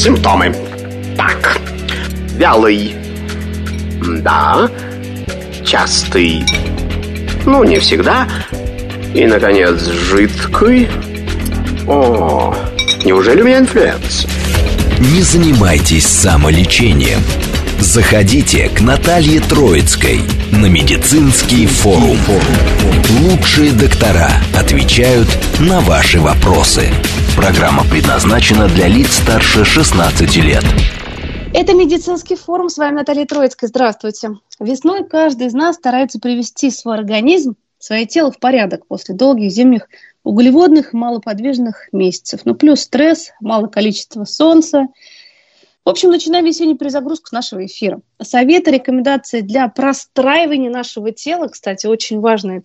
Симптомы. Так. Вялый. Да. Частый. Ну, не всегда. И, наконец, жидкий. О, неужели у меня инфлюенс? Не занимайтесь самолечением. Заходите к Наталье Троицкой на медицинский форум. Лучшие доктора отвечают на ваши вопросы. Программа предназначена для лиц старше 16 лет. Это медицинский форум. С вами Наталья Троицкая. Здравствуйте. Весной каждый из нас старается привести свой организм, свое тело в порядок после долгих зимних углеводных и малоподвижных месяцев. Ну, плюс стресс, малое количество солнца. В общем, начинаем весеннюю перезагрузку с нашего эфира. Советы, рекомендации для простраивания нашего тела. Кстати, очень важное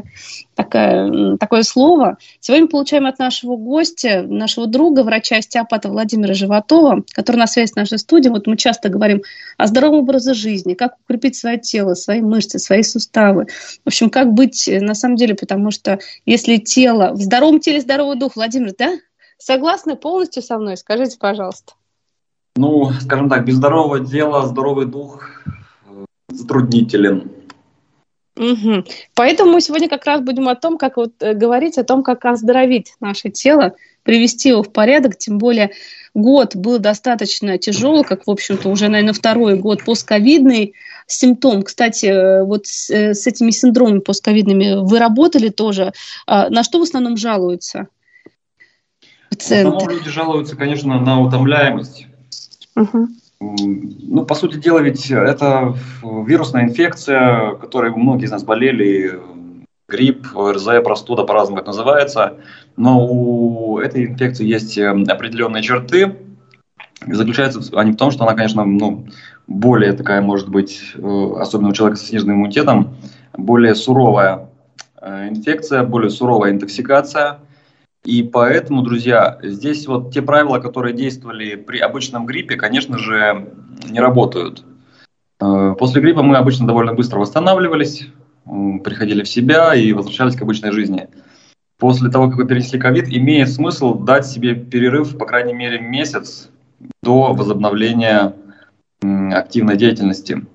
такое слово. Сегодня получаем от нашего гостя, нашего друга, врача-остеопата Владимира Животова, который на связи с нашей студией. Вот мы часто говорим о здоровом образе жизни, как укрепить свое тело, свои мышцы, свои суставы. В общем, как быть на самом деле, потому что если в здоровом теле здоровый дух. Владимир, да? Согласны полностью со мной? Скажите, пожалуйста. Ну, скажем так, без здорового тела здоровый дух затруднителен. Угу. Поэтому мы сегодня как раз будем говорить о том, как оздоровить наше тело, привести его в порядок. Тем более год был достаточно тяжелый, как, в общем-то, уже, наверное, второй год постковидный симптом. Кстати, вот с этими синдромами постковидными вы работали тоже. На что в основном жалуются пациенты? В основном люди жалуются, конечно, на утомляемость. Угу. Ну, по сути дела, ведь это вирусная инфекция, которой многие из нас болели, грипп, ОРЗ, простуда, по-разному это называется, но у этой инфекции есть определенные черты. Заключаются они в том, что она, конечно, более такая, может быть, особенно у человека с сниженным иммунитетом, более суровая инфекция, более суровая интоксикация. И поэтому, друзья, здесь вот те правила, которые действовали при обычном гриппе, конечно же, не работают. После гриппа мы обычно довольно быстро восстанавливались, приходили в себя и возвращались к обычной жизни. После того, как вы перенесли ковид, имеет смысл дать себе перерыв, по крайней мере, месяц до возобновления активной деятельности.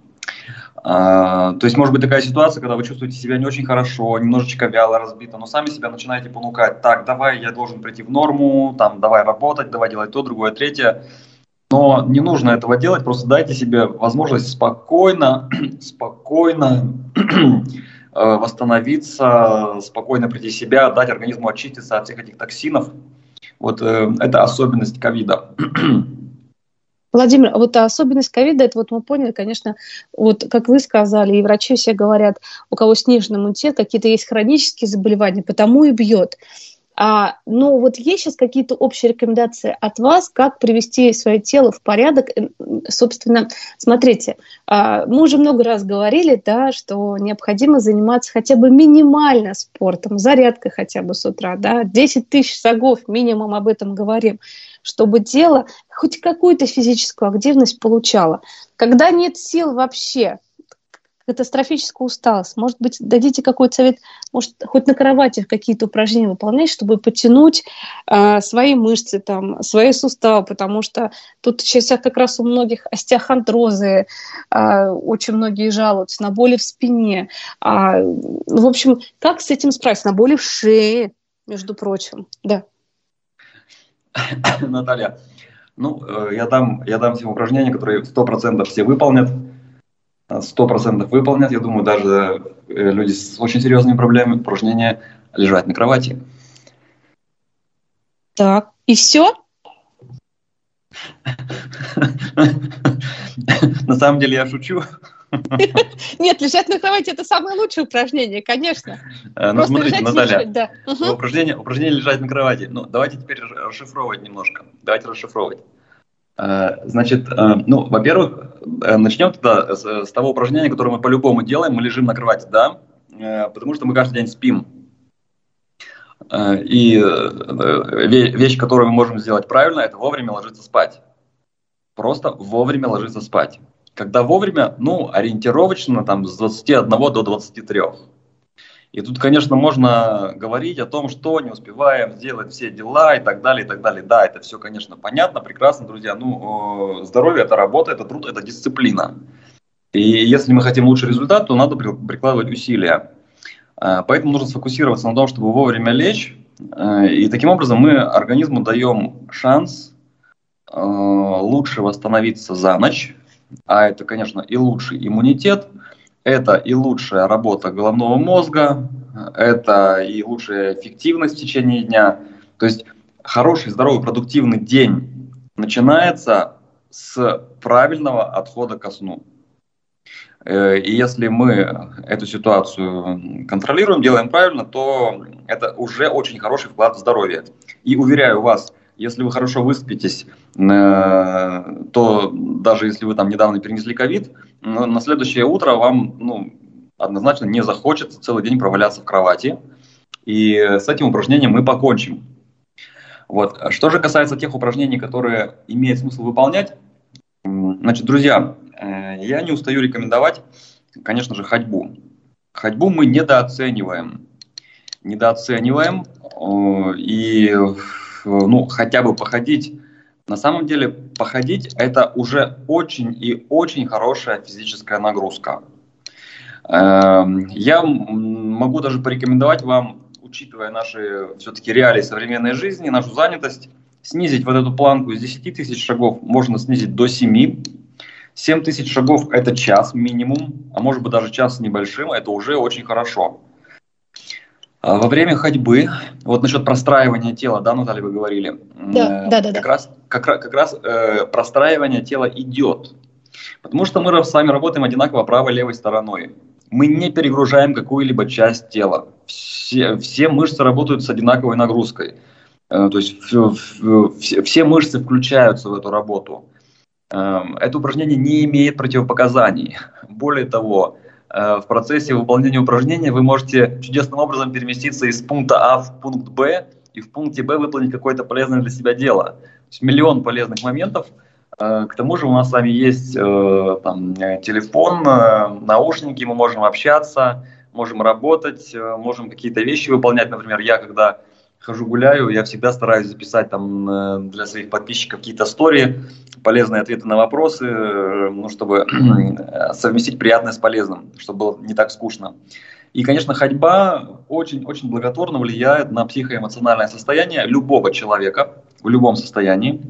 То есть может быть такая ситуация, когда вы чувствуете себя не очень хорошо, немножечко вяло, разбито, но сами себя начинаете понукать. Так, давай, я должен прийти в норму, давай работать, давай делать то, другое, третье. Но не нужно этого делать, просто дайте себе возможность спокойно восстановиться, спокойно прийти в себя, дать организму очиститься от всех этих токсинов. Вот это особенность ковида. Владимир, вот особенность ковида, это вот мы поняли, конечно, вот как вы сказали, и врачи все говорят, у кого сниженный иммунитет, какие-то есть хронические заболевания, потому и бьет. Но вот есть сейчас какие-то общие рекомендации от вас, как привести свое тело в порядок? Собственно, смотрите, мы уже много раз говорили, да, что необходимо заниматься хотя бы минимально спортом, зарядкой хотя бы с утра, да, 10 тысяч шагов минимум, об этом говорим, чтобы тело хоть какую-то физическую активность получало. Когда нет сил вообще, катастрофическая усталость, может быть, дадите какой-то совет, может, хоть на кровати какие-то упражнения выполнять, чтобы потянуть свои мышцы, свои суставы, потому что тут сейчас как раз у многих остеохондрозы, очень многие жалуются на боли в спине. В общем, как с этим справиться? На боли в шее, между прочим, да. Наталья, я дам всем упражнения, которые 100% все выполнят. 100% выполнят. Я думаю, даже люди с очень серьезными проблемами упражнения лежать на кровати. Так, и все? На самом деле я шучу. Нет, лежать на кровати – это самое лучшее упражнение, конечно. Ну, смотрите, Наталья, упражнение лежать на кровати. Давайте теперь расшифровывать немножко. Значит, во-первых, начнем тогда с того упражнения, которое мы по-любому делаем. Мы лежим на кровати, да, потому что мы каждый день спим. И вещь, которую мы можем сделать правильно, это вовремя ложиться спать. Просто вовремя ложиться спать. Когда вовремя, ориентировочно с 21 до 23. И тут, конечно, можно говорить о том, что не успеваем сделать все дела и так далее, и так далее. Да, это все, конечно, понятно, прекрасно, друзья. Здоровье – это работа, это труд, это дисциплина. И если мы хотим лучший результат, то надо прикладывать усилия. Поэтому нужно сфокусироваться на том, чтобы вовремя лечь. И таким образом мы организму даем шанс лучше восстановиться за ночь. А это, конечно, и лучший иммунитет, это и лучшая работа головного мозга, это и лучшая эффективность в течение дня. То есть хороший, здоровый, продуктивный день начинается с правильного отхода ко сну. И если мы эту ситуацию контролируем, делаем правильно, то это уже очень хороший вклад в здоровье. И уверяю вас, если вы хорошо выспитесь, то даже если вы там недавно перенесли ковид, на следующее утро вам однозначно не захочется целый день проваляться в кровати. И с этим упражнением мы покончим. Вот. Что же касается тех упражнений, которые имеет смысл выполнять, значит, друзья, я не устаю рекомендовать, конечно же, ходьбу. Ходьбу мы недооцениваем. И хотя бы походить. На самом деле, походить – это уже очень и очень хорошая физическая нагрузка. Я могу даже порекомендовать вам, учитывая наши все-таки реалии современной жизни, нашу занятость, снизить вот эту планку из 10 тысяч шагов можно снизить до 7. 7 тысяч шагов – это час минимум, а может быть даже час с небольшим, это уже очень хорошо. Во время ходьбы, вот насчет простраивания тела, да, Наталья, вы говорили? Да. Как раз простраивание тела идет, потому что мы с вами работаем одинаково правой и левой стороной. Мы не перегружаем какую-либо часть тела. Все мышцы работают с одинаковой нагрузкой. То есть все мышцы включаются в эту работу. Это упражнение не имеет противопоказаний. Более того, в процессе выполнения упражнения вы можете чудесным образом переместиться из пункта А в пункт Б и в пункте Б выполнить какое-то полезное для себя дело. То есть миллион полезных моментов. К тому же у нас с вами есть телефон, наушники, мы можем общаться, можем работать, можем какие-то вещи выполнять. Например, я когда хожу гуляю, я всегда стараюсь записать там для своих подписчиков какие-то истории, полезные ответы на вопросы, чтобы совместить приятное с полезным, чтобы было не так скучно. И, конечно, ходьба очень-очень благотворно влияет на психоэмоциональное состояние любого человека в любом состоянии.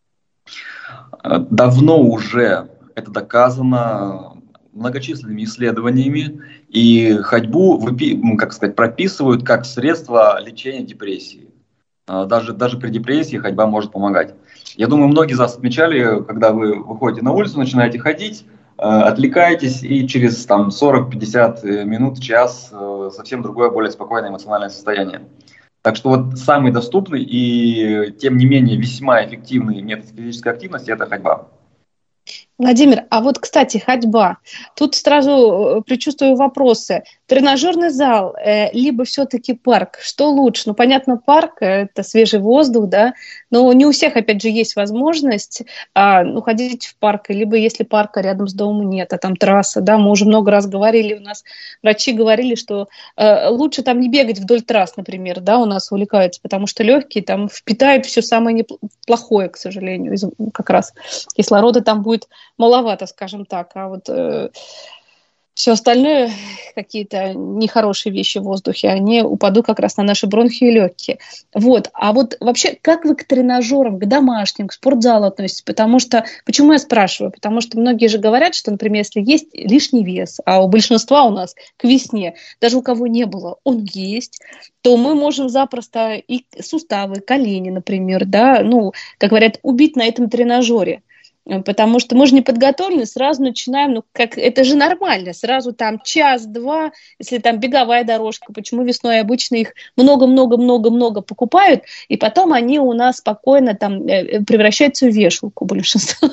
Давно уже это доказано многочисленными исследованиями, и ходьбу, прописывают как средство лечения депрессии. Даже при депрессии ходьба может помогать. Я думаю, многие из вас отмечали, когда вы выходите на улицу, начинаете ходить, отвлекаетесь, и через 40-50 минут, час совсем другое, более спокойное эмоциональное состояние. Так что вот самый доступный и, тем не менее, весьма эффективный метод физической активности – это ходьба. Владимир, а вот, кстати, ходьба. Тут сразу предчувствую вопросы. Тренажерный зал, либо все-таки парк? Что лучше? Ну, понятно, парк – это свежий воздух, да, но не у всех, опять же, есть возможность ходить в парк, либо если парка рядом с домом нет, а там трасса, да, мы уже много раз говорили, у нас врачи говорили, что лучше там не бегать вдоль трасс, например, да, у нас увлекаются, потому что легкие там впитают все самое плохое, к сожалению, как раз кислорода там будет маловато, скажем так, а вот все остальное, какие-то нехорошие вещи в воздухе, они упадут как раз на наши бронхи и легкие. Вот. А вот вообще, как вы к тренажерам, к домашним, к спортзалу относитесь? Почему я спрашиваю? Потому что многие же говорят, что, например, если есть лишний вес, а у большинства у нас к весне, даже у кого не было, он есть, то мы можем запросто и суставы, колени, например, да, как говорят, убить на этом тренажере. Потому что мы же не подготовлены, сразу начинаем, это же нормально, сразу там час-два, если там беговая дорожка, почему весной обычно их много-много-много-много покупают, и потом они у нас спокойно там превращаются в вешалку большинство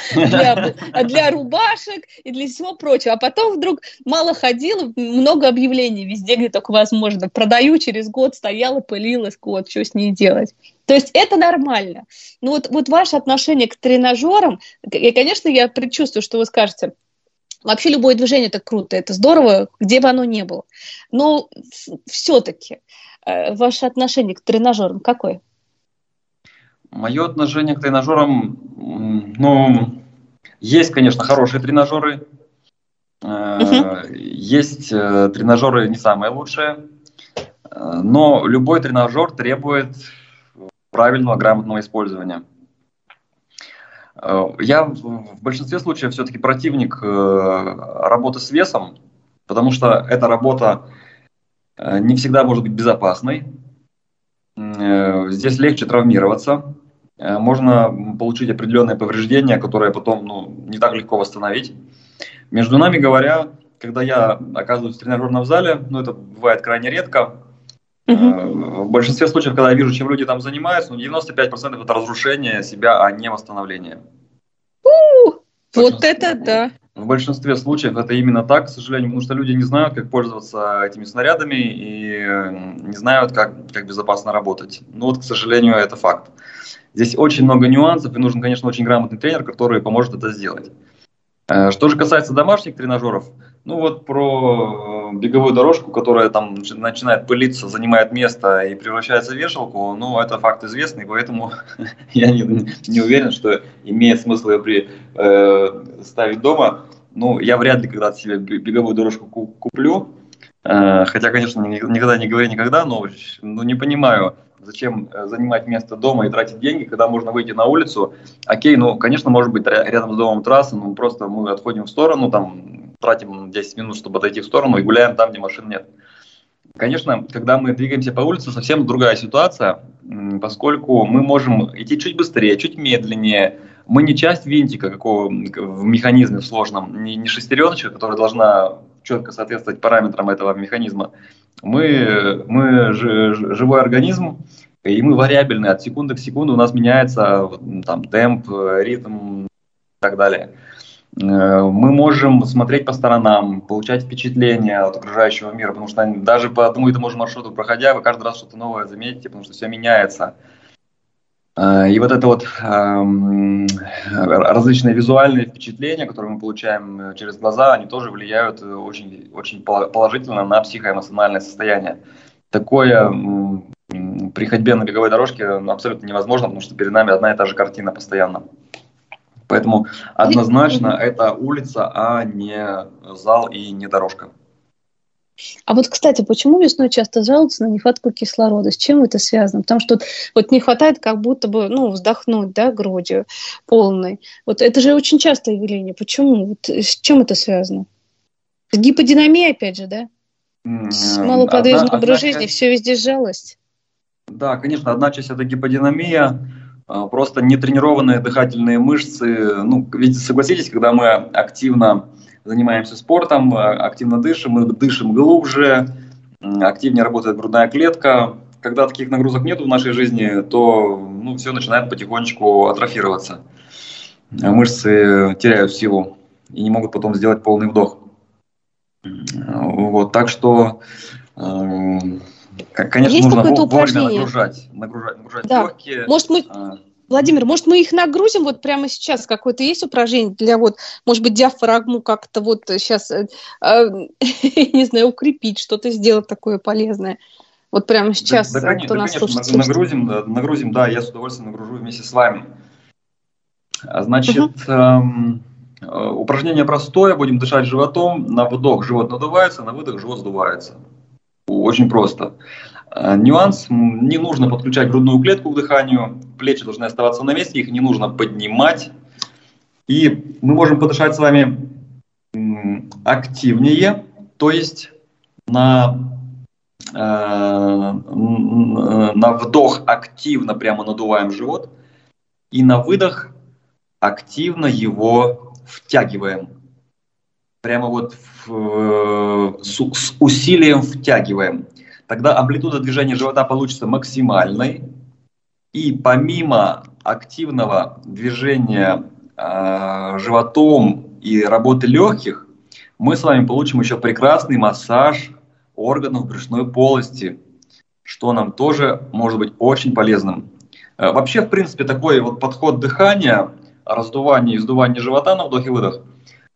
для рубашек и для всего прочего. А потом вдруг мало ходила, много объявлений везде, где только возможно. Продаю, через год стояла, пылилась, что с ней делать. То есть это нормально. Вот ваше отношение к тренажерам, и, конечно, я предчувствую, что вы скажете, Вообще любое движение это круто, это здорово, где бы оно ни было. Но все-таки ваше отношение к тренажерам какое? Мое отношение к тренажерам, есть, конечно, хорошие тренажеры, есть тренажеры не самые лучшие, но любой тренажер требует правильного, грамотного использования. Я в большинстве случаев все-таки противник работы с весом, потому что эта работа не всегда может быть безопасной. Здесь легче травмироваться. Можно получить определенные повреждения, которые потом не так легко восстановить. Между нами говоря, когда я оказываюсь в тренажерном зале, это бывает крайне редко, в большинстве случаев, когда я вижу, чем люди там занимаются, 95% это разрушение себя, а не восстановление. Вот это да! В большинстве случаев это именно так, к сожалению, потому что люди не знают, как пользоваться этими снарядами и не знают, как безопасно работать. К сожалению, это факт. Здесь очень много нюансов, и нужен, конечно, очень грамотный тренер, который поможет это сделать. Что же касается домашних тренажеров, про беговую дорожку, которая там начинает пылиться, занимает место и превращается в вешалку, это факт известный, поэтому я не уверен, что имеет смысл ее ставить дома. Я вряд ли когда-то себе беговую дорожку куплю, хотя, конечно, никогда не говори никогда, но не понимаю, зачем занимать место дома и тратить деньги, когда можно выйти на улицу. Окей, конечно, может быть рядом с домом трасса, просто мы отходим в сторону, тратим 10 минут, чтобы отойти в сторону и гуляем там, где машин нет. Конечно, когда мы двигаемся по улице, совсем другая ситуация, поскольку мы можем идти чуть быстрее, чуть медленнее. Мы не часть винтика какого в механизме в сложном, не шестереночка, которая должна четко соответствовать параметрам этого механизма. Мы живой организм, и мы вариабельны от секунды к секунде, у нас меняется темп, ритм и так далее. Мы можем смотреть по сторонам, получать впечатления от окружающего мира, потому что даже по одному и тому же маршруту проходя, вы каждый раз что-то новое заметите, потому что все меняется. И различные визуальные впечатления, которые мы получаем через глаза, они тоже влияют очень, очень положительно на психоэмоциональное состояние. Такое при ходьбе на беговой дорожке абсолютно невозможно, потому что перед нами одна и та же картина постоянно. Поэтому однозначно это улица, а не зал и не дорожка. А кстати, почему весной часто жалуются на нехватку кислорода? С чем это связано? Потому что не хватает как будто бы, вздохнуть, грудью полной. Это же очень частое явление. Почему? С чем это связано? С гиподинамией, опять же, да? С малоподвижным образом жизни, все везде жалость. Да, конечно, одна часть это гиподинамия, просто нетренированные дыхательные мышцы. Ведь согласитесь, когда мы активно занимаемся спортом, активно дышим, мы дышим глубже, активнее работает грудная клетка. Когда таких нагрузок нет в нашей жизни, то все начинает потихонечку атрофироваться. Мышцы теряют силу и не могут потом сделать полный вдох. Так что, конечно, есть нужно вовремя нагружать легкие. Владимир, может, мы их нагрузим прямо сейчас? Какое-то есть упражнение для, может быть, диафрагму как-то сейчас, не знаю, укрепить, что-то сделать такое полезное? Прямо сейчас, кто нас слушает. Нагрузим, да, я с удовольствием нагружу вместе с вами. Значит, упражнение простое, будем дышать животом, на вдох живот надувается, на выдох живот сдувается. Очень просто. Нюанс, не нужно подключать грудную клетку к дыханию, плечи должны оставаться на месте, их не нужно поднимать. И мы можем подышать с вами активнее, то есть на вдох активно прямо надуваем живот, и на выдох активно его втягиваем. Прямо с усилием втягиваем. Тогда амплитуда движения живота получится максимальной. И помимо активного движения животом и работы легких, мы с вами получим еще прекрасный массаж органов брюшной полости, что нам тоже может быть очень полезным. Вообще, в принципе, такой подход дыхания, раздувание и вздувание живота на вдох и выдох,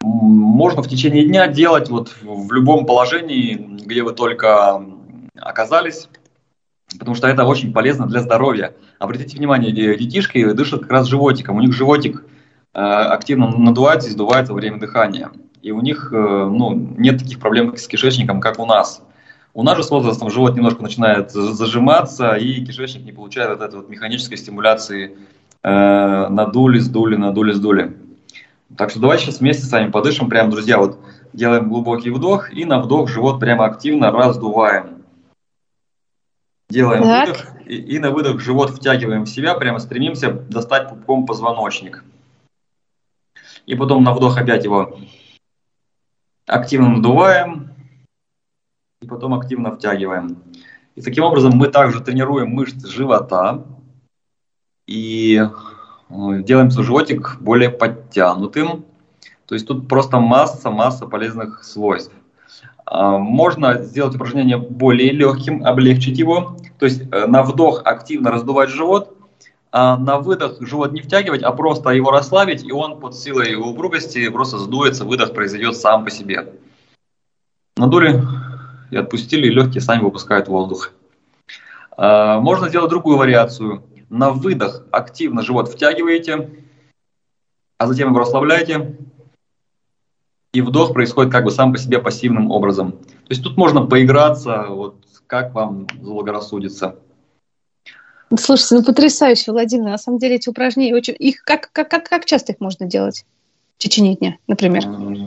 можно в течение дня делать вот в любом положении, где вы только оказались, потому что это очень полезно для здоровья. Обратите внимание, детишки дышат как раз животиком, у них животик активно надувается и сдувается во время дыхания. И у них нет таких проблем с кишечником, как у нас. У нас же с возрастом живот немножко начинает зажиматься, и кишечник не получает вот этой вот механической стимуляции надули, сдули. Так что давайте сейчас вместе с вами подышим. Прям, друзья, вот делаем глубокий вдох, и на вдох живот прямо активно раздуваем. Делаем выдох, и на выдох живот втягиваем в себя, прямо стремимся достать пупком позвоночник. И потом на вдох опять его активно надуваем, и потом активно втягиваем. И таким образом мы также тренируем мышцы живота и делаем свой животик более подтянутым. То есть тут просто масса полезных свойств. Можно сделать упражнение более легким, облегчить его. То есть на вдох активно раздувать живот, а на выдох живот не втягивать, а просто его расслабить, и он под силой его упругости просто сдуется, выдох произойдет сам по себе. Надули и отпустили, и легкие сами выпускают воздух. Можно сделать другую вариацию. На выдох активно живот втягиваете, а затем его расслабляете, и вдох происходит как бы сам по себе пассивным образом. То есть тут можно поиграться, вот как вам заблагорассудится. Слушайте, потрясающе, Владимир. На самом деле эти упражнения очень... Как часто их можно делать в течение дня, например?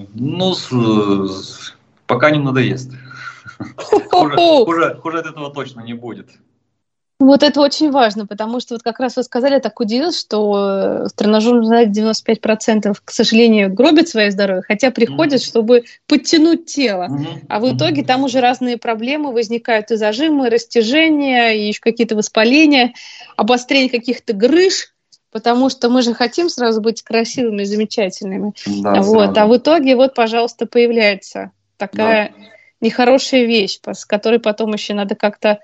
Пока не надоест. Хуже от этого точно не будет. Вот это очень важно, потому что вот как раз вы сказали, я так удивилась, что в тренажерном зале 95%, к сожалению, гробят свое здоровье, хотя приходят, чтобы подтянуть тело. А в итоге там уже разные проблемы возникают, и зажимы, и растяжения, и еще какие-то воспаления, обострение каких-то грыж, потому что мы же хотим сразу быть красивыми, замечательными. Да, вот. А в итоге вот, пожалуйста, появляется такая нехорошая вещь, с которой потом еще надо как-то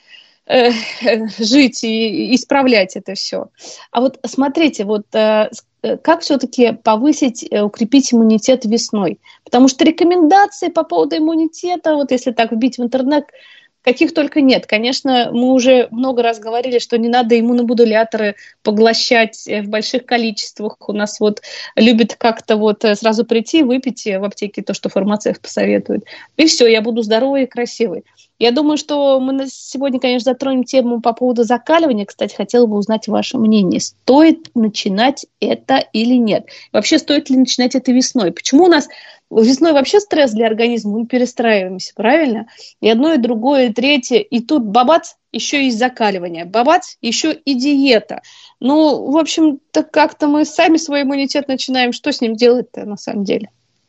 жить и исправлять это все. А вот смотрите, вот как все-таки повысить, укрепить иммунитет весной? Потому что рекомендаций по поводу иммунитета, вот если так вбить в интернет, каких только нет. Конечно, мы уже много раз говорили, что не надо иммуномодуляторы поглощать в больших количествах. У нас вот любят как-то вот сразу прийти, выпить в аптеке то, что фармацевт посоветует. И все, я буду здоровой и красивой. Я думаю, что мы сегодня, конечно, затронем тему по поводу закаливания. Кстати, хотела бы узнать ваше мнение. Стоит начинать это или нет? Вообще, стоит ли начинать это весной? Почему у нас весной вообще стресс для организма? Мы перестраиваемся, правильно? И одно, и другое, и третье. И тут бабац, еще и закаливание. Бабац, еще и диета. Ну, в общем-то, как-то мы сами свой иммунитет начинаем. Что с ним делать-то на самом деле?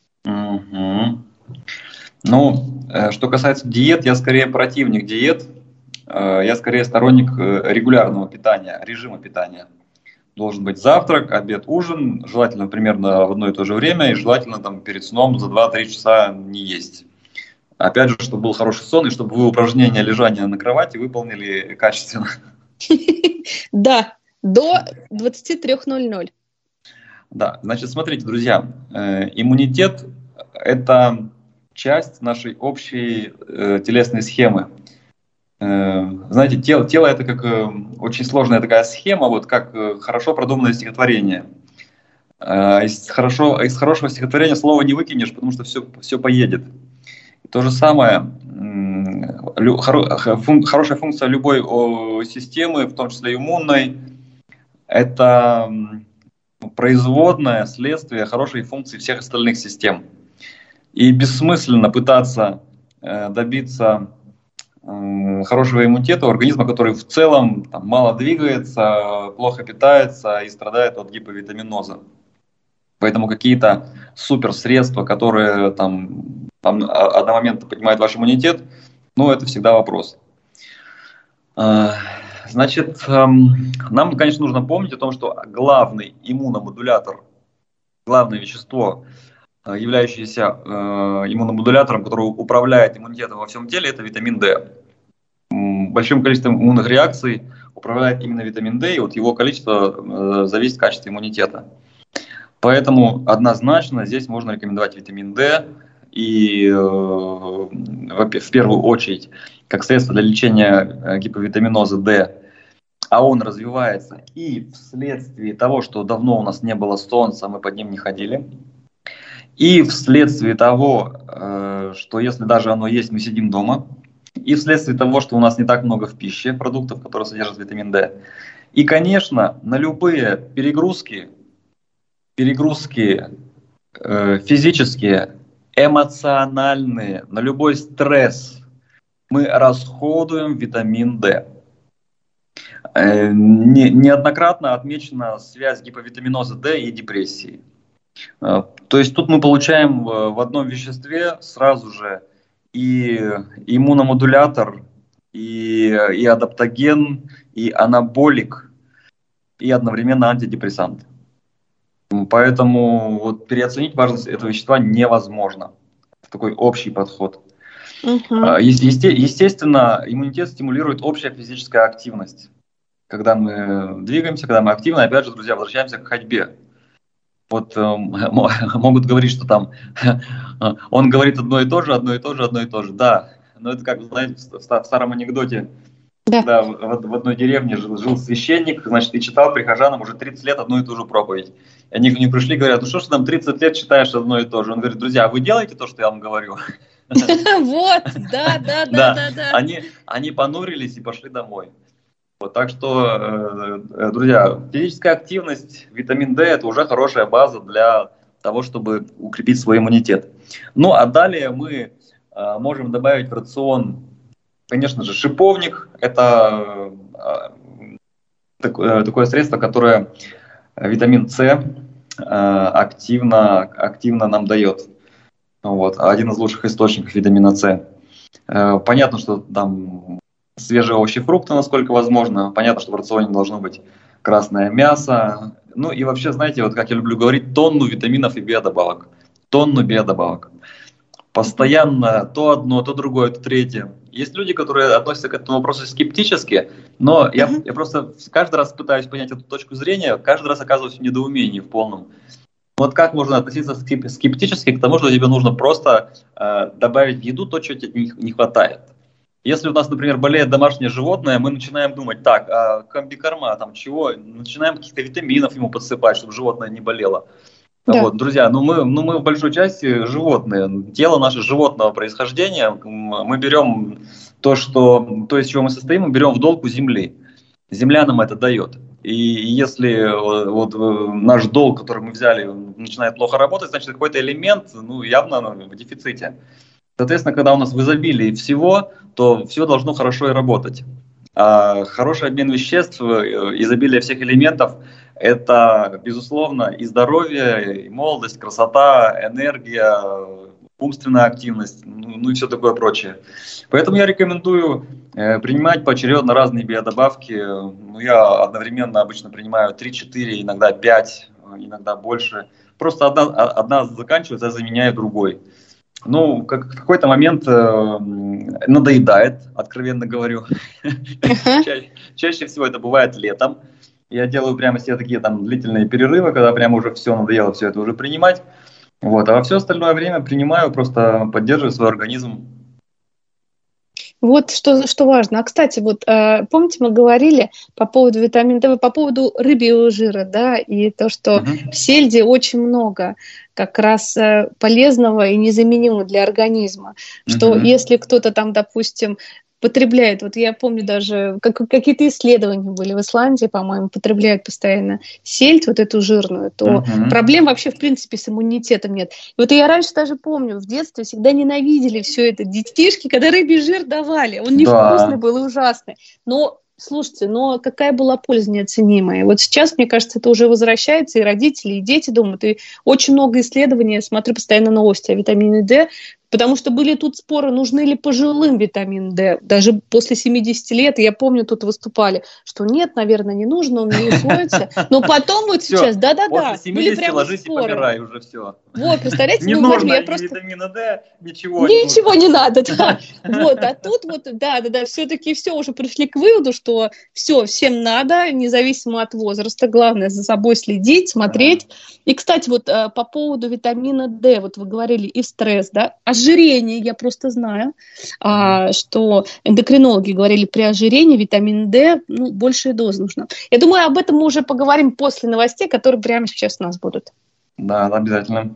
Ну, что касается диет, я скорее противник диет. Я скорее сторонник регулярного питания, режима питания. Должен быть завтрак, обед, ужин, желательно примерно в одно и то же время, и желательно там перед сном за 2-3 часа не есть. Опять же, чтобы был хороший сон, и чтобы вы упражнения лежания на кровати выполнили качественно. Да, до 23:00. Да, значит, смотрите, друзья, иммунитет – это часть нашей общей телесной схемы. Знаете, тело это как очень сложная такая схема, вот как хорошо продуманное стихотворение. Из хорошего стихотворения слова не выкинешь, потому что все поедет. То же самое, хорошая функция любой системы, в том числе иммунной, это производное следствие хорошей функции всех остальных систем. И бессмысленно пытаться добиться хорошего иммунитета у организма, который в целом там, мало двигается, плохо питается и страдает от гиповитаминоза. Поэтому какие-то суперсредства, которые там одномоментно поднимают ваш иммунитет, ну, это всегда вопрос. Значит, нам, конечно, нужно помнить о том, что главный иммуномодулятор, главное вещество, являющееся иммуномодулятором, который управляет иммунитетом во всем теле, это витамин D. Большим количеством иммунных реакций управляет именно витамин D, и от его количества зависит качество иммунитета. Поэтому однозначно здесь можно рекомендовать витамин D и в первую очередь как средство для лечения гиповитаминоза D. А он развивается и вследствие того, что давно у нас не было солнца, мы под ним не ходили, и вследствие того, что если даже оно есть, мы сидим дома, и вследствие того, что у нас не так много в пище продуктов, которые содержат витамин D. И, конечно, на любые перегрузки физические, эмоциональные, на любой стресс мы расходуем витамин D. Неоднократно отмечена связь гиповитаминоза D и депрессии. То есть тут мы получаем в одном веществе сразу же и иммуномодулятор, и адаптоген, и анаболик, и одновременно антидепрессант. Поэтому вот переоценить важность этого вещества невозможно. Такой общий подход. Естественно, иммунитет стимулирует общая физическая активность. Когда мы двигаемся, когда мы активны, опять же, друзья, возвращаемся к ходьбе. Вот могут говорить, что там он говорит одно и то же. Да, но это как, знаете, в старом анекдоте. Да. Да, в одной деревне жил священник, значит, и читал прихожанам уже 30 лет одну и ту же проповедь. И они к нему пришли и говорят: ну что ж ты там 30 лет читаешь одно и то же? Он говорит: друзья, вы делаете то, что я вам говорю? Вот, да. Они понурились и пошли домой. Вот, так что, друзья, физическая активность, витамин D – это уже хорошая база для того, чтобы укрепить свой иммунитет. Ну, а далее мы можем добавить в рацион, конечно же, шиповник. Это такое средство, которое витамин С активно нам дает. Вот, один из лучших источников витамина С. Понятно, что там свежие овощи, фрукты, насколько возможно. Понятно, что в рационе должно быть красное мясо. Ну и вообще, знаете, вот как я люблю говорить, тонну витаминов и биодобавок. Тонну биодобавок. Постоянно то одно, то другое, то третье. Есть люди, которые относятся к этому вопросу скептически, но я просто каждый раз пытаюсь понять эту точку зрения, каждый раз оказываюсь в недоумении в полном. Вот как можно относиться скептически к тому, что тебе нужно просто добавить в еду то, чего тебе не хватает. Если у нас, например, болеет домашнее животное, мы начинаем думать: так, а комбикорма, там чего? Начинаем каких-то витаминов ему подсыпать, чтобы животное не болело. Да. Вот, друзья, мы в большой части животные. Тело наше животного происхождения. Мы берем то, из чего мы состоим, мы берем в долг у земли. Земля нам это дает. И если вот наш долг, который мы взяли, начинает плохо работать, значит, какой-то элемент явно в дефиците. Соответственно, когда у нас в изобилии всего, то все должно хорошо и работать. А хороший обмен веществ, изобилие всех элементов – это, безусловно, и здоровье, и молодость, красота, энергия, умственная активность, ну и все такое прочее. Поэтому я рекомендую принимать поочередно разные биодобавки. Я одновременно обычно принимаю 3-4, иногда 5, иногда больше. Просто одна заканчивается, а заменяю другой. В какой-то момент надоедает, откровенно говорю. Чаще всего это бывает летом. Я делаю прямо себе такие длительные перерывы, когда прямо уже все надоело, все это уже принимать. Вот. А во все остальное время принимаю, просто поддерживаю свой организм. Вот что важно. А, кстати, помните, мы говорили по поводу витамина D, по поводу рыбьего жира, да, и то, что в сельде очень много как раз полезного и незаменимого для организма. Что если кто-то там, допустим, потребляет, вот я помню даже, какие-то исследования были в Исландии, по-моему, потребляют постоянно сельдь, вот эту жирную, то проблем вообще, в принципе, с иммунитетом нет. И вот я раньше даже помню, в детстве всегда ненавидели все это детишки, когда рыбий жир давали. Он невкусный был и ужасный. Но, слушайте, какая была польза неоценимая. Вот сейчас, мне кажется, это уже возвращается, и родители, и дети думают, и очень много исследований, я смотрю постоянно новости о витамине D, Потому что были тут споры, нужны ли пожилым витамин D. Даже после 70 лет, я помню, тут выступали, что нет, наверное, не нужно, он не усвоится. Но потом вот сейчас, да-да-да, после 70 были прямо ложись споры. И помирай уже все. Вот, представляете, не ну, нужно Владимир, просто... витамина D, ничего не надо, да. Вот, а тут вот, да, все-таки все уже пришли к выводу, что все, всем надо, независимо от возраста, главное за собой следить, смотреть. И, кстати, вот по поводу витамина D, вот вы говорили и стресс, да, ожирение, я просто знаю, что эндокринологи говорили, при ожирении витамин D, ну, большая доза нужна. Я думаю, об этом мы уже поговорим после новостей, которые прямо сейчас у нас будут. Да, обязательно.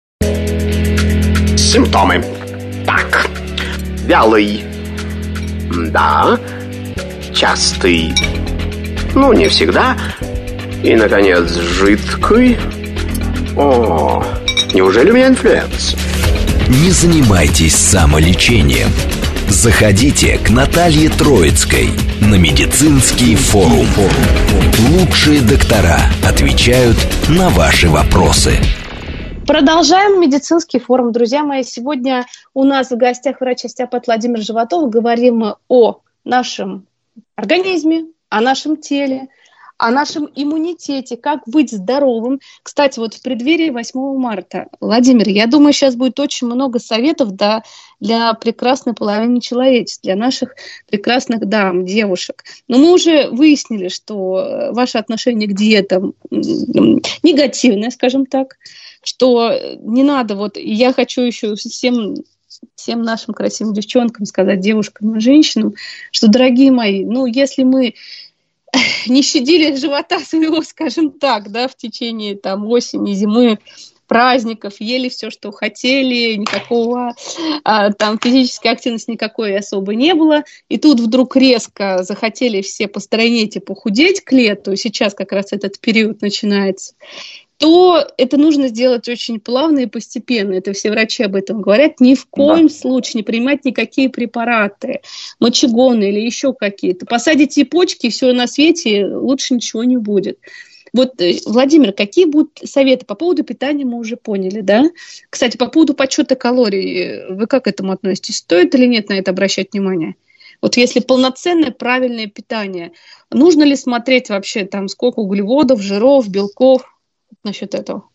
Симптомы. Так, вялый. Да. Частый. Ну, не всегда. И, наконец, жидкий. О, неужели у меня инфлюенс? Не занимайтесь самолечением. Заходите к Наталье Троицкой на медицинский форум. Лучшие доктора отвечают на ваши вопросы. Продолжаем медицинский форум. Друзья мои, сегодня у нас в гостях врач-остеопат Владимир Животов. Говорим о нашем организме, о нашем теле, о нашем иммунитете, как быть здоровым. Кстати, вот в преддверии 8 марта, Владимир, я думаю, сейчас будет очень много советов для прекрасной половины человечества, для наших прекрасных дам, девушек. Но мы уже выяснили, что ваше отношение к диетам негативное, скажем так, что не надо, вот я хочу еще всем нашим красивым девчонкам сказать, девушкам и женщинам, что, дорогие мои, ну, если мы не щадили живота своего, скажем так, да, в течение там осени, зимы, праздников, ели все, что хотели, никакого там физической активности никакой особо не было, и тут вдруг резко захотели все постройнеть и похудеть к лету, сейчас как раз этот период начинается, то это нужно сделать очень плавно и постепенно. Это все врачи об этом говорят. Ни в коем случае не принимать никакие препараты, мочегоны или еще какие-то. Посадите почки, и все на свете, лучше ничего не будет. Вот, Владимир, какие будут советы по поводу питания, мы уже поняли, да? Кстати, по поводу подсчета калорий, вы как к этому относитесь? Стоит или нет на это обращать внимание? Вот если полноценное, правильное питание, нужно ли смотреть вообще, там, сколько углеводов, жиров, белков? Насчет этого.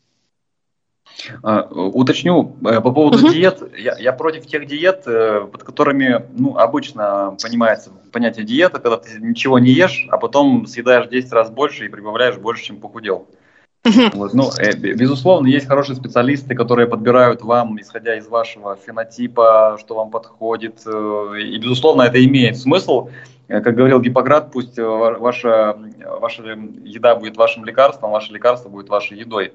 Уточню по поводу диет. Я против тех диет, под которыми обычно понимается понятие диета, когда ты ничего не ешь, а потом съедаешь 10 раз больше и прибавляешь больше, чем похудел. Вот, безусловно, есть хорошие специалисты, которые подбирают вам, исходя из вашего фенотипа, что вам подходит. И, безусловно, это имеет смысл. Как говорил Гиппократ, пусть ваша еда будет вашим лекарством, ваше лекарство будет вашей едой.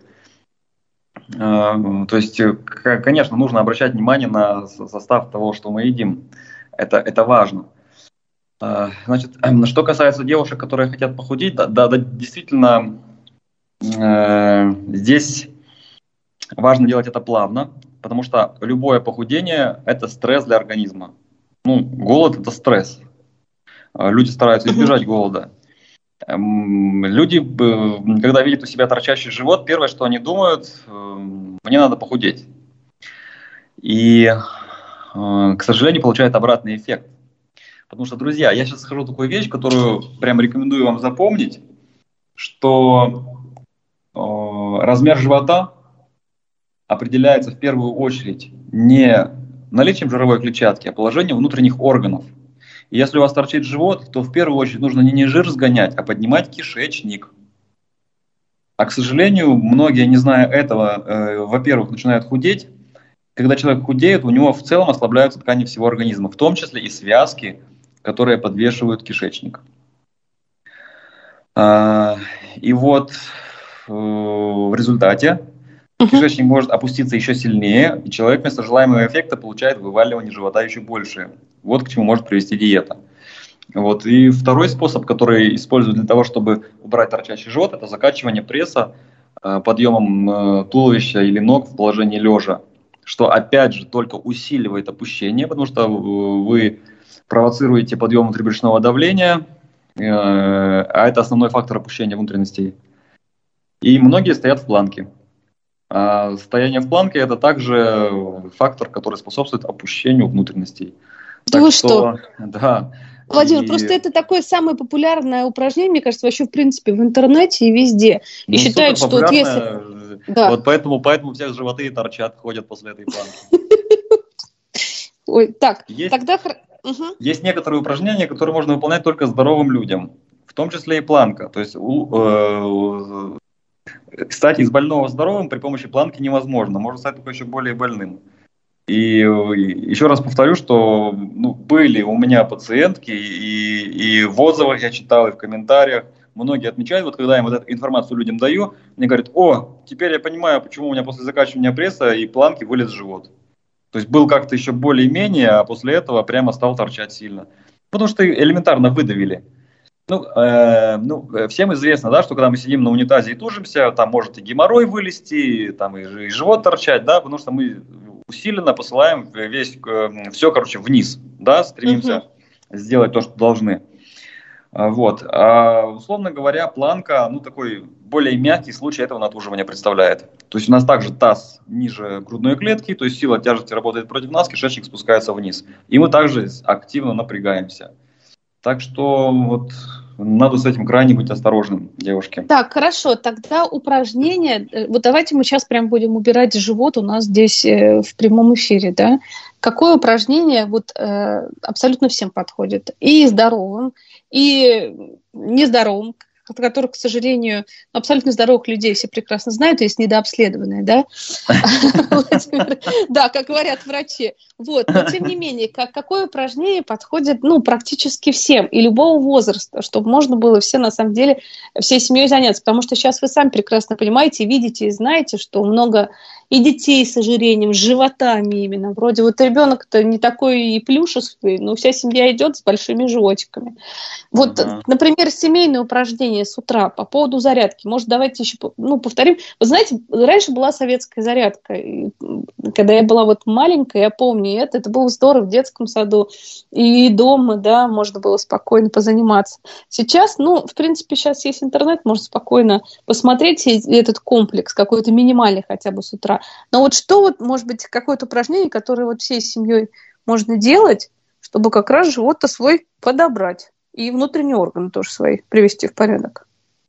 То есть, конечно, нужно обращать внимание на состав того, что мы едим. Это важно. Значит, что касается девушек, которые хотят похудеть, да, действительно, здесь важно делать это плавно, потому что любое похудение – это стресс для организма. Голод – это стресс. Люди стараются избежать голода. Люди, когда видят у себя торчащий живот, первое, что они думают, мне надо похудеть. И, к сожалению, получают обратный эффект. Потому что, друзья, я сейчас скажу такую вещь, которую прям рекомендую вам запомнить, что размер живота определяется в первую очередь не наличием жировой клетчатки, а положением внутренних органов. И если у вас торчит живот, то в первую очередь нужно не жир сгонять, а поднимать кишечник. А, к сожалению, многие, не зная этого, во-первых, начинают худеть. Когда человек худеет, у него в целом ослабляются ткани всего организма, в том числе и связки, которые подвешивают кишечник. И вот в результате кишечник может опуститься еще сильнее, и человек вместо желаемого эффекта получает вываливание живота еще больше. Вот к чему может привести диета. Вот. И второй способ, который используют для того, чтобы убрать торчащий живот, это закачивание пресса подъемом туловища или ног в положении лежа, что опять же только усиливает опущение, потому что вы провоцируете подъем внутрибрюшного давления, а это основной фактор опущения внутренностей. И многие стоят в планке. А состояние в планке – это также фактор, который способствует опущению внутренностей. Да вы что? Да. Владимир, просто это такое самое популярное упражнение, мне кажется, вообще в принципе в интернете и везде. И считают, что вот если... Да. Вот поэтому все животы торчат, ходят после этой планки. Ой, так, тогда... Есть некоторые упражнения, которые можно выполнять только здоровым людям, в том числе и планка. То есть, кстати, из больного здоровым при помощи планки невозможно, можно стать только еще более больным. И еще раз повторю, что были у меня пациентки, и в отзывах я читал, и в комментариях, многие отмечают, вот когда я им вот эту информацию людям даю, мне говорят: о, теперь я понимаю, почему у меня после закачивания пресса и планки вылез живот. То есть был как-то еще более-менее, а после этого прямо стал торчать сильно. Потому что элементарно выдавили. Всем известно, да, что когда мы сидим на унитазе и тужимся, там может и геморрой вылезти, там и живот торчать, да, потому что мы усиленно посылаем все, вниз, да, стремимся сделать то, что должны. Вот. А, условно говоря, планка, такой более мягкий случай этого натуживания представляет. То есть у нас также таз ниже грудной клетки, то есть сила тяжести работает против нас, кишечник спускается вниз. И мы также активно напрягаемся. Так что вот надо с этим крайне быть осторожным, девушки. Так, хорошо, тогда упражнения. Вот давайте мы сейчас прям будем убирать живот у нас здесь в прямом эфире, да? Какое упражнение абсолютно всем подходит? И здоровым, и нездоровым, которых, к сожалению, абсолютно здоровых людей все прекрасно знают, есть недообследованные, да? Да, как говорят врачи. Вот, но тем не менее, какое упражнение подходит, практически всем и любого возраста, чтобы можно было на самом деле, всей семьей заняться, потому что сейчас вы сами прекрасно понимаете, видите и знаете, что много и детей с ожирением, с животами именно. Вроде вот ребенок-то не такой и плюшевый, но вся семья идет с большими животиками. Вот, например, семейное упражнение с утра по поводу зарядки. Может, давайте еще повторим. Вы знаете, раньше была советская зарядка. И когда я была маленькая, я помню это было здорово в детском саду. И дома, да, можно было спокойно позаниматься. Сейчас, в принципе, сейчас есть интернет, можно спокойно посмотреть этот комплекс, какой-то минимальный хотя бы с утра. Но может быть, какое-то упражнение, которое всей семьей можно делать, чтобы как раз живот-то свой подобрать. И внутренние органы тоже свои привести в порядок.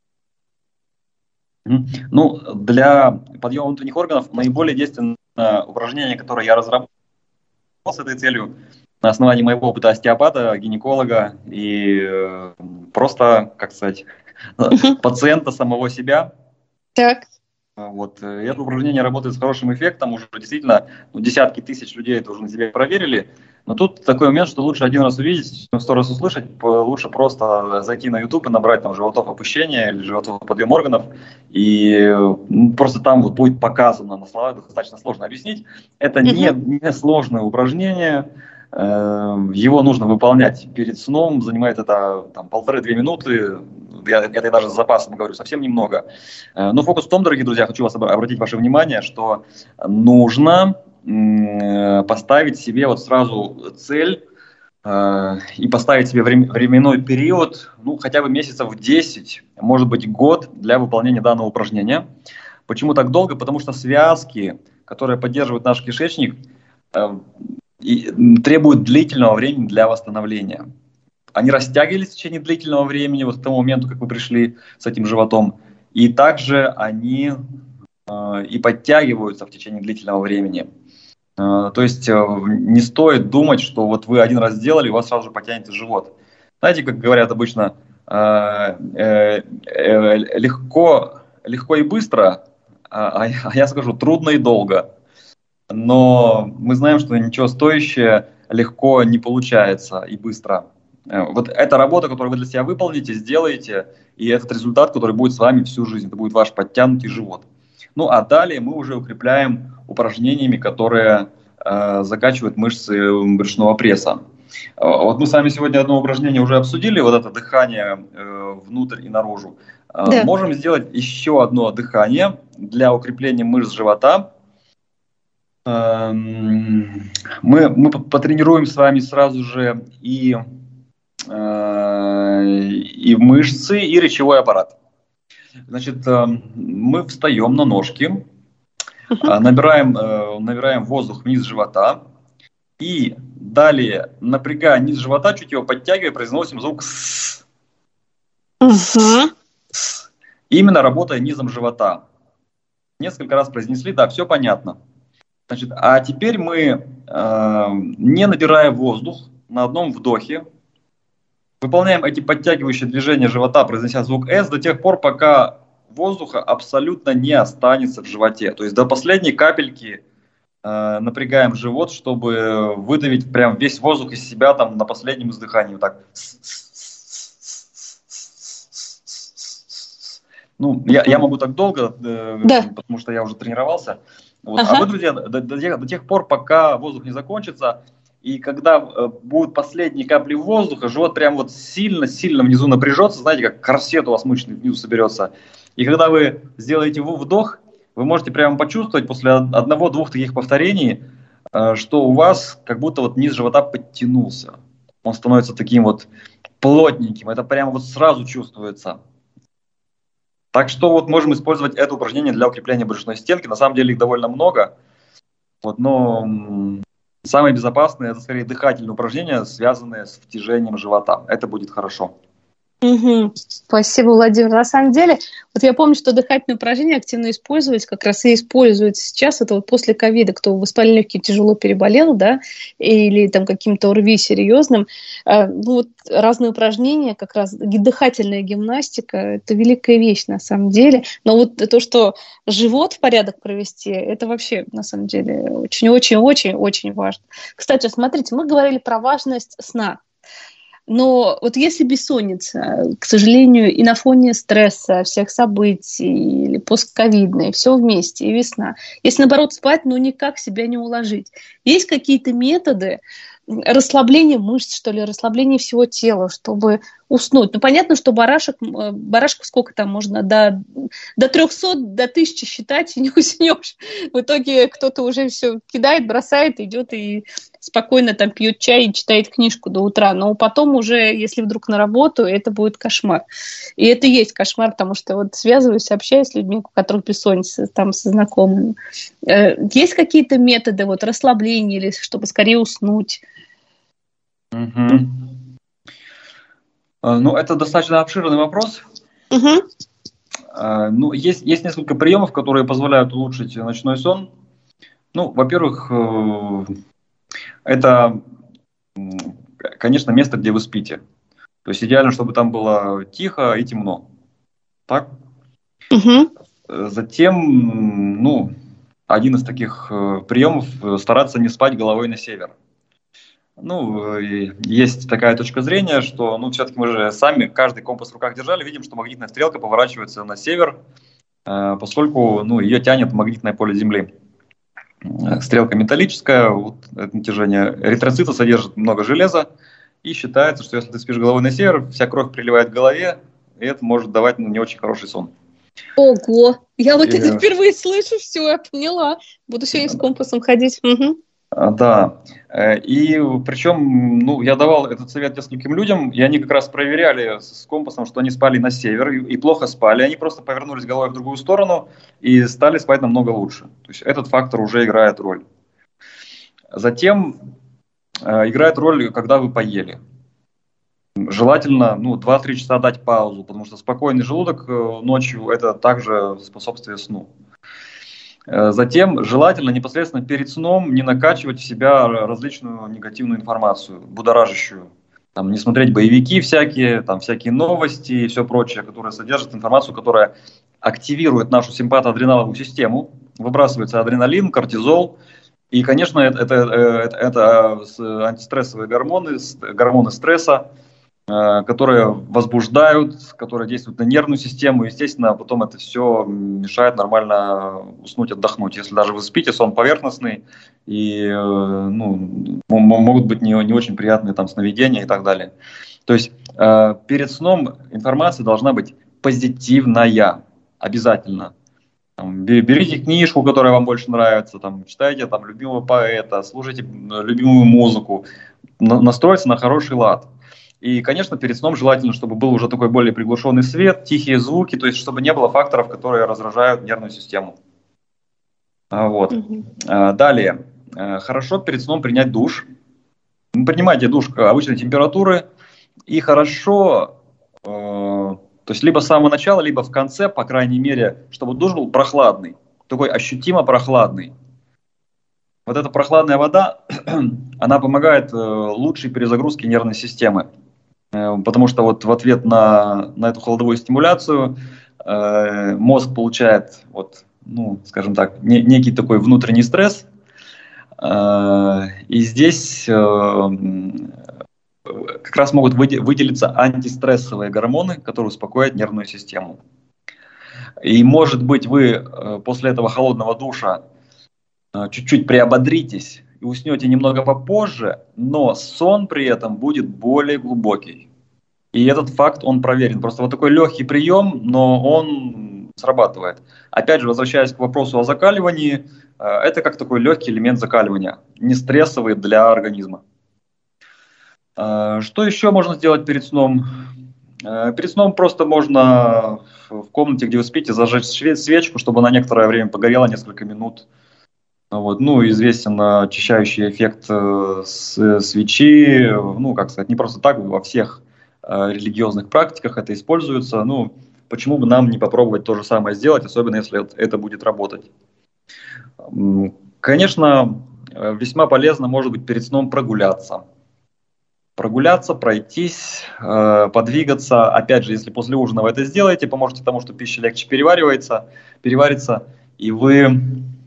Для подъема внутренних органов наиболее действенное упражнение, которое я разработал с этой целью на основании моего опыта остеопата, гинеколога и просто, пациента самого себя. Так. Вот. Это упражнение работает с хорошим эффектом, уже действительно десятки тысяч людей это уже на себе проверили. Но тут такой момент, что лучше один раз увидеть, 100 раз услышать, лучше просто зайти на YouTube и набрать там животов опущения или животов подъем органов, и просто там будет показано на словах, достаточно сложно объяснить. Это не сложное упражнение, его нужно выполнять перед сном, занимает это 1,5-2 минуты. Это я даже с запасом говорю, совсем немного. Но фокус в том, дорогие друзья, хочу вас обратить ваше внимание, что нужно поставить себе сразу цель и поставить себе временной период, хотя бы месяцев 10, может быть год для выполнения данного упражнения. Почему так долго? Потому что связки, которые поддерживают наш кишечник, требуют длительного времени для восстановления. Они растягивались в течение длительного времени, к тому моменту, как вы пришли с этим животом, и также они и подтягиваются в течение длительного времени. То есть не стоит думать, что вы один раз сделали, и у вас сразу же потянется живот. Знаете, как говорят обычно, легко и быстро, а я скажу, трудно и долго. Но мы знаем, что ничего стоящее легко не получается и быстро. Вот эта работа, которую вы для себя выполните, сделаете, и этот результат, который будет с вами всю жизнь, это будет ваш подтянутый живот. А далее мы уже укрепляем упражнениями, которые закачивают мышцы брюшного пресса. Вот мы с вами сегодня одно упражнение уже обсудили, это дыхание внутрь и наружу. Да. Можем сделать еще одно дыхание для укрепления мышц живота. Мы потренируем с вами сразу же и мышцы, и речевой аппарат. Значит, мы встаем на ножки Набираем воздух вниз живота. И далее, напрягая низ живота, чуть его подтягивая, произносим звук «с». Именно работая низом живота. Несколько раз произнесли, да, все понятно. Значит, а теперь мы, не набирая воздух на одном вдохе, выполняем эти подтягивающие движения живота, произнося звук «с» до тех пор, пока воздуха абсолютно не останется в животе. То есть до последней капельки напрягаем живот, чтобы выдавить прям весь воздух из себя там на последнем издыхании. Вот так. Ну, я могу так долго, потому что я уже тренировался. Вот. А вы, друзья, до тех пор, пока воздух не закончится, и когда будут последние капли воздуха, живот прям вот сильно-сильно внизу напряжется, знаете, как корсет у вас мышечный внизу соберется. И когда вы сделаете вдох, вы можете прямо почувствовать после одного-двух таких повторений, что у вас как будто вот низ живота подтянулся. Он становится таким вот плотненьким. Это прямо вот сразу чувствуется. Так что вот можем использовать это упражнение для укрепления брюшной стенки. На самом деле их довольно много. Вот, но самое безопасное — это скорее дыхательные упражнения, связанные с втяжением живота. Это будет хорошо. Спасибо, Владимир. На самом деле, вот я помню, что дыхательные упражнения активно использовались, как раз и используются сейчас. Это вот после ковида, кто воспалением легких тяжело переболел, да, или там каким-то ОРВИ серьезным. Вот разные упражнения, как раз дыхательная гимнастика, это великая вещь на самом деле. Но вот то, что живот в порядок провести, это вообще на самом деле очень-очень-очень-очень важно. Кстати, смотрите, мы говорили про важность сна. Но вот если бессонница, к сожалению, и на фоне стресса, всех событий, или постковидные, все вместе, и весна, если, наоборот, спать, ну никак себя не уложить. Есть какие-то методы расслабления мышц, что ли, расслабления всего тела, чтобы уснуть? Ну, понятно, что барашку сколько там можно, до 300, до 1000 считать, и не уснешь. В итоге кто-то уже все кидает, бросает, идет и спокойно там пьет чай и читает книжку до утра. Но потом уже, если вдруг на работу, это будет кошмар. И это и есть кошмар, потому что вот связываюсь, общаюсь с людьми, у которых бессонница, там, со знакомыми. Есть какие-то методы вот расслабления или чтобы скорее уснуть? Ну, это достаточно обширный вопрос. Ну, есть несколько приемов, которые позволяют улучшить ночной сон. Ну, во-первых, это, конечно, место, где вы спите. То есть идеально, чтобы там было тихо и темно. Так? Затем, ну, один из таких приемов — стараться не спать головой на север. Ну, есть такая точка зрения, что, ну, все-таки мы же сами каждый компас в руках держали, видим, что магнитная стрелка поворачивается на север, поскольку, ну, ее тянет магнитное поле Земли. Стрелка металлическая, вот это натяжение. Эритроциты содержат много железа, и считается, что если ты спишь головой на север, вся кровь приливает к голове, и это может давать, ну, не очень хороший сон. Ого! Я вот это впервые слышу, все, я поняла. Буду сегодня с компасом ходить. Да, и причем, ну, я давал этот совет нескольким людям, и они как раз проверяли с компасом, что они спали на север и плохо спали, они просто повернулись головой в другую сторону и стали спать намного лучше. То есть этот фактор уже играет роль. Затем играет роль, когда вы поели. Желательно, ну, 2-3 часа дать паузу, потому что спокойный желудок ночью — это также способствует сну. Затем желательно непосредственно перед сном не накачивать в себя различную негативную информацию, будоражащую. Там, не смотреть боевики всякие, там, всякие новости и все прочее, которые содержат информацию, которая активирует нашу симпатоадреналовую систему. Выбрасывается адреналин, кортизол. И, конечно, это антистрессовые гормоны стресса, которые возбуждают, которые действуют на нервную систему. Естественно, потом это все мешает нормально уснуть, отдохнуть. Если даже вы спите, сон поверхностный, и ну, могут быть не очень приятные там сновидения и так далее. То есть перед сном информация должна быть позитивная, обязательно. Там, берите книжку, которая вам больше нравится, там, читайте там, любимого поэта, слушайте любимую музыку, настройтесь на хороший лад. И, конечно, перед сном желательно, чтобы был уже такой более приглушенный свет, тихие звуки, то есть чтобы не было факторов, которые раздражают нервную систему. Вот. Далее. Хорошо перед сном принять душ. Принимайте душ обычной температуры. И хорошо, то есть либо с самого начала, либо в конце, по крайней мере, чтобы душ был прохладный. Такой ощутимо прохладный. Вот эта прохладная вода, она помогает лучшей перезагрузке нервной системы. Потому что вот в ответ на эту холодовую стимуляцию мозг получает, скажем так, некий такой внутренний стресс. И здесь как раз могут выделиться антистрессовые гормоны, которые успокоят нервную систему. И, может быть, вы после этого холодного душа чуть-чуть приободритесь и уснете немного попозже, но сон при этом будет более глубокий. И этот факт, он проверен. Просто вот такой легкий прием, но он срабатывает. Опять же, возвращаясь к вопросу о закаливании, это как такой легкий элемент закаливания, не стрессовый для организма. Что еще можно сделать перед сном? Перед сном просто можно в комнате, где вы спите, зажечь свечку, чтобы она некоторое время погорела, несколько минут. Известен очищающий эффект свечи. Как сказать, не просто так, во всех религиозных практиках это используется. Почему бы нам не попробовать то же самое сделать, особенно если это будет работать. Конечно, весьма полезно, может быть, перед сном прогуляться. Прогуляться, пройтись, подвигаться. Опять же, если после ужина вы это сделаете, поможете тому, что пища легче переварится, и вы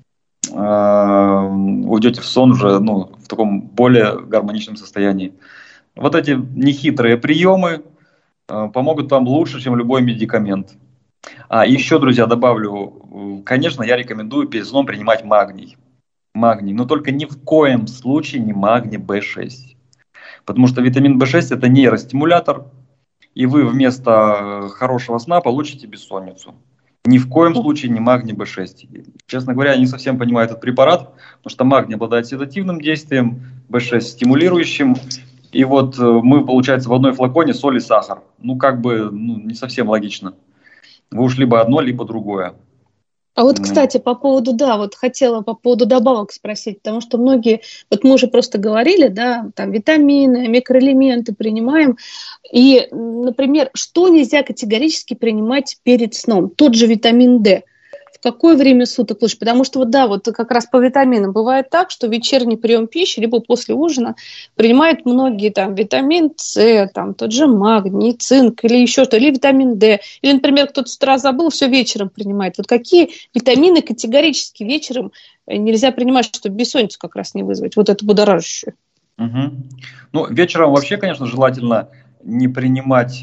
уйдете в сон уже в таком более гармоничном состоянии. Вот эти нехитрые приемы помогут вам лучше, чем любой медикамент. Еще, друзья, добавлю, конечно, я рекомендую перед сном принимать магний. Но только ни в коем случае не магний B6. Потому что витамин B6 – это нейростимулятор, и вы вместо хорошего сна получите бессонницу. Ни в коем случае не магний B6. Честно говоря, я не совсем понимаю этот препарат, потому что магний обладает седативным действием, B6 стимулирующим. И вот мы, получается, в одной флаконе соль и сахар. Не совсем логично. Вы уж либо одно, либо другое. А вот, кстати, хотела по поводу добавок спросить, потому что многие, мы уже просто говорили, там витамины, микроэлементы принимаем, и, например, что нельзя категорически принимать перед сном? Тот же витамин D. В какое время суток лучше? Потому что как раз по витаминам бывает так, что вечерний прием пищи, либо после ужина принимают многие витамин С, тот же магний, цинк или еще что, или витамин D. Или, например, кто-то с утра забыл, все вечером принимает. Вот какие витамины категорически вечером нельзя принимать, чтобы бессонницу как раз не вызвать, вот это будоражащее? Вечером вообще, конечно, желательно не принимать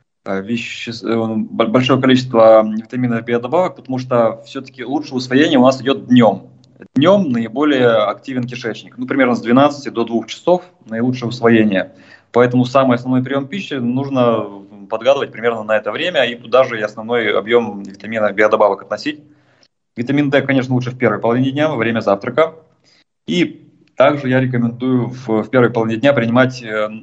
большое количество витаминов и биодобавок, потому что все-таки лучшее усвоение у нас идет днем. Днем наиболее активен кишечник. Примерно с 12 до 2 часов наилучшее усвоение. Поэтому самый основной прием пищи нужно подгадывать примерно на это время, и туда же и основной объем витаминов и биодобавок относить. Витамин D, конечно, лучше в первой половине дня, во время завтрака. И также я рекомендую в первой половине дня принимать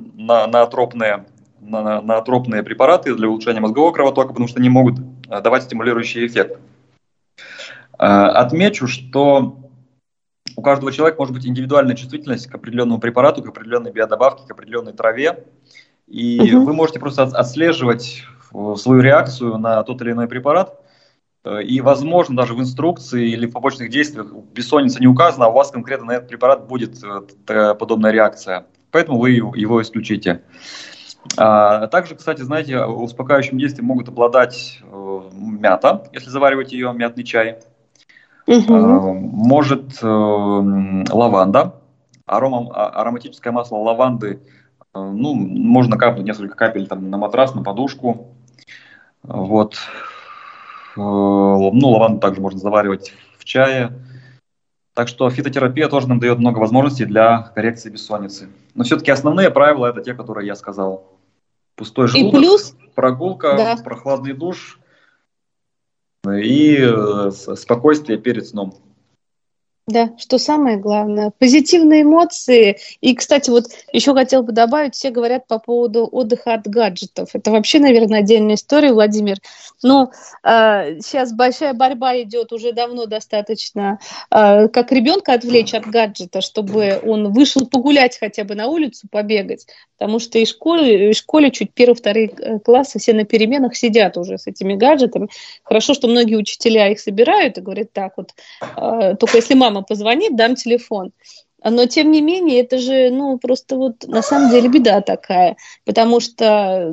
ноотропные препараты для улучшения мозгового кровотока, потому что они могут давать стимулирующий эффект. Отмечу, что у каждого человека может быть индивидуальная чувствительность к определенному препарату, к определенной биодобавке, к определенной траве. И вы можете просто отслеживать свою реакцию на тот или иной препарат. И, возможно, даже в инструкции или в побочных действиях бессонница не указана, а у вас конкретно на этот препарат будет подобная реакция. Поэтому вы его исключите. Также, кстати, знаете, успокаивающим действием могут обладать мята, если заваривать ее, мятный чай. Может лаванда, ароматическое масло лаванды, можно капнуть несколько капель на матрас, на подушку. Лаванду также можно заваривать в чае. Так что фитотерапия тоже нам дает много возможностей для коррекции бессонницы. Но все-таки основные правила – это те, которые я сказал. Пустой желудок, прогулка, прохладный душ и спокойствие перед сном. Да, что самое главное, позитивные эмоции. И, кстати, вот еще хотел бы добавить, все говорят по поводу отдыха от гаджетов. Это вообще, наверное, отдельная история, Владимир. Но сейчас большая борьба идет уже давно достаточно, как ребенка отвлечь от гаджета, чтобы он вышел погулять хотя бы на улицу, побегать. Потому что и в школе чуть первые-вторые классы все на переменах сидят уже с этими гаджетами. Хорошо, что многие учителя их собирают и говорят, так вот, только если мама позвонит, дам телефон. Но, тем не менее, это же, ну, просто вот на самом деле беда такая, потому что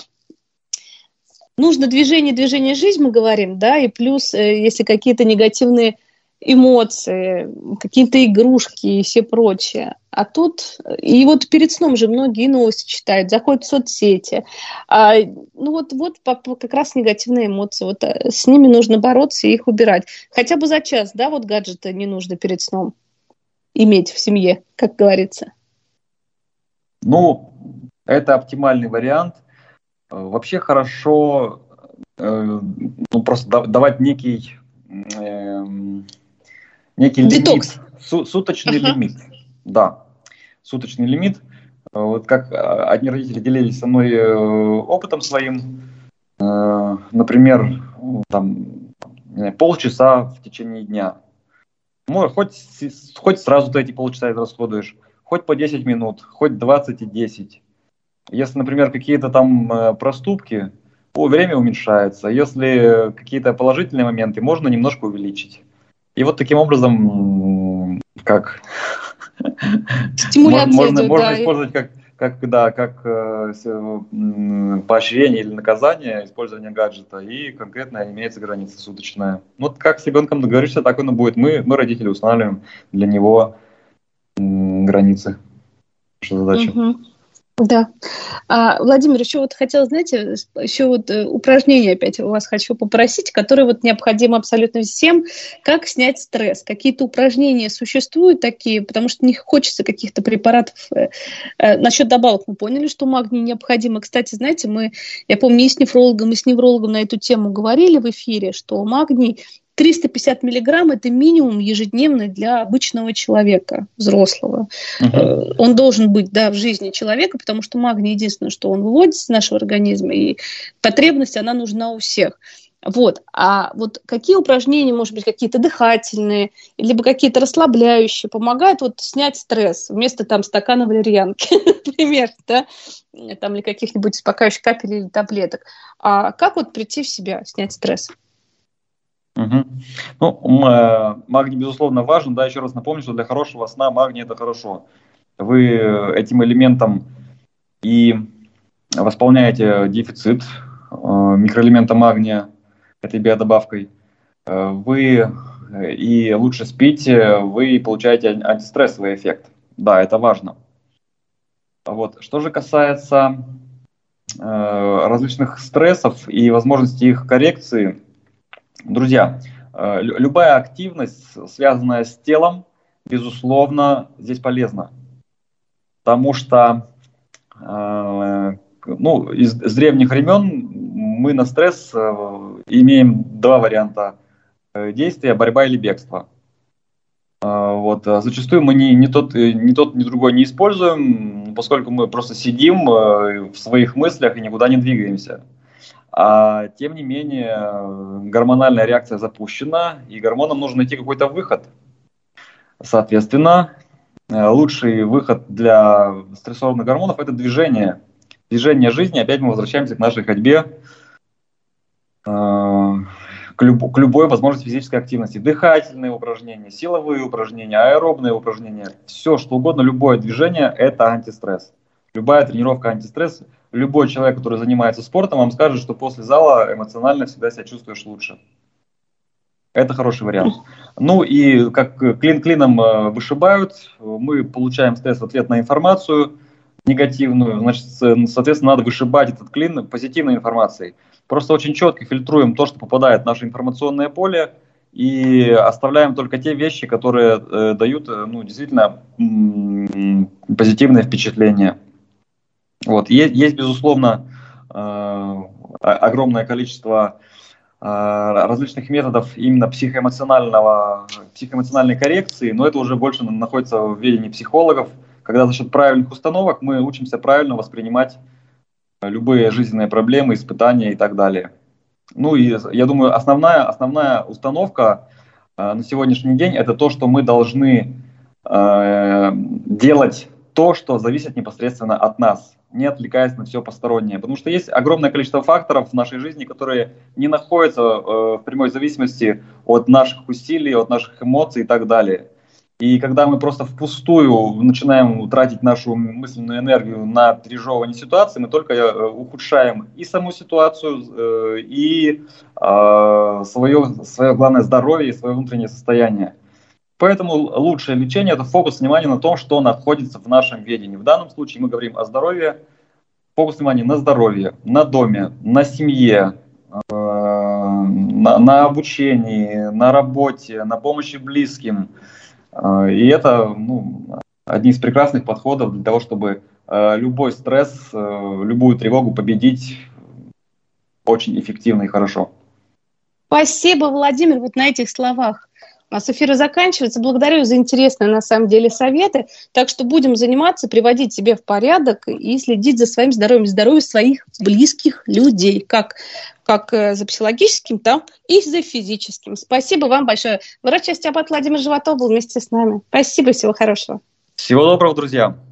нужно движение, жизнь, мы говорим, да, и плюс, если какие-то негативные эмоции, какие-то игрушки и все прочее. А тут, и вот перед сном же многие новости читают, заходят в соцсети. Ну вот как раз негативные эмоции. Вот с ними нужно бороться и их убирать. Хотя бы за час, да, вот гаджеты не нужно перед сном иметь в семье, как говорится. Ну, это оптимальный вариант. Вообще хорошо ну, просто давать некий Детокс. лимит, суточный лимит. Да, суточный лимит. Вот как одни родители делились со мной опытом своим, например, там, полчаса в течение дня. Хоть сразу ты эти полчаса израсходуешь, хоть по 10 минут, хоть 20 и 10. Если, например, какие-то там проступки, время уменьшается. Если какие-то положительные моменты, можно немножко увеличить. И вот таким образом, как можно использовать как поощрение или наказание использования гаджета, и конкретно имеется граница суточная. Вот как с ребенком договоришься, так он и будет. Мы родители, устанавливаем для него границы. Наша задача. Угу. Да. Владимир, еще вот хотела, знаете, еще вот упражнение опять у вас хочу попросить, которое вот необходимо абсолютно всем. Как снять стресс? Какие-то упражнения существуют такие, потому что не хочется каких-то препаратов. Насчет добавок мы поняли, что магний необходимо. Кстати, знаете, я помню, и с нефрологом, и с неврологом на эту тему говорили в эфире, что магний 350 миллиграмм – это минимум ежедневный для обычного человека, взрослого. Uh-huh. Он должен быть, да, в жизни человека, потому что магний единственное, что он выводит из нашего организма, и потребность, она нужна у всех. Вот. А вот какие упражнения, может быть, какие-то дыхательные, либо какие-то расслабляющие, помогают вот снять стресс вместо там стакана валерьянки, например, да, там, или каких-нибудь успокаивающих капель или таблеток. А как вот прийти в себя, снять стресс? Угу. Ну, магний, безусловно, важен. Да, еще раз напомню, что для хорошего сна магний – это хорошо. Вы этим элементом и восполняете дефицит микроэлемента магния, этой биодобавкой. Вы и лучше спите, вы получаете антистрессовый эффект. Да, это важно. Вот. Что же касается различных стрессов и возможности их коррекции, друзья, любая активность, связанная с телом, безусловно, здесь полезна. Потому что с древних времен мы на стресс имеем два варианта действия: борьба или бегство. Вот. Зачастую мы ни тот, ни другой не используем, поскольку мы просто сидим в своих мыслях и никуда не двигаемся. А тем не менее, гормональная реакция запущена, и гормонам нужно найти какой-то выход. Соответственно, лучший выход для стрессорных гормонов – это движение. Движение жизни. Опять мы возвращаемся к нашей ходьбе, к любой возможности физической активности. Дыхательные упражнения, силовые упражнения, аэробные упражнения. Все, что угодно, любое движение – это антистресс. Любая тренировка – антистресс. Любой человек, который занимается спортом, вам скажет, что после зала эмоционально всегда себя чувствуешь лучше. Это хороший вариант. Ну и как клин клином вышибают, мы получаем стресс в ответ на информацию негативную, значит, соответственно, надо вышибать этот клин позитивной информацией. Просто очень четко фильтруем то, что попадает в наше информационное поле, и оставляем только те вещи, которые дают, действительно позитивное впечатление. Вот. Есть, безусловно, огромное количество различных методов именно психоэмоциональной коррекции, но это уже больше находится в ведении психологов, когда за счет правильных установок мы учимся правильно воспринимать любые жизненные проблемы, испытания и так далее. Ну и я думаю, основная установка на сегодняшний день — это то, что мы должны делать то, что зависит непосредственно от нас, не отвлекаясь на все постороннее. Потому что есть огромное количество факторов в нашей жизни, которые не находятся в прямой зависимости от наших усилий, от наших эмоций и так далее. И когда мы просто впустую начинаем тратить нашу мысленную энергию на пережевывание ситуации, мы только ухудшаем и саму ситуацию, и свое главное здоровье, и свое внутреннее состояние. Поэтому лучшее лечение – это фокус внимания на том, что находится в нашем ведении. В данном случае мы говорим о здоровье, фокус внимания на здоровье, на доме, на семье, на обучении, на работе, на помощи близким. И это одни из прекрасных подходов для того, чтобы любой стресс, любую тревогу победить очень эффективно и хорошо. Спасибо, Владимир, вот на этих словах. У нас эфир заканчивается. Благодарю за интересные, на самом деле, советы. Так что будем заниматься, приводить себя в порядок и следить за своим здоровьем, здоровьем своих близких людей, как за психологическим, так и за физическим. Спасибо вам большое. Врач-остеопат Владимир Животов был вместе с нами. Спасибо, всего хорошего. Всего доброго, друзья.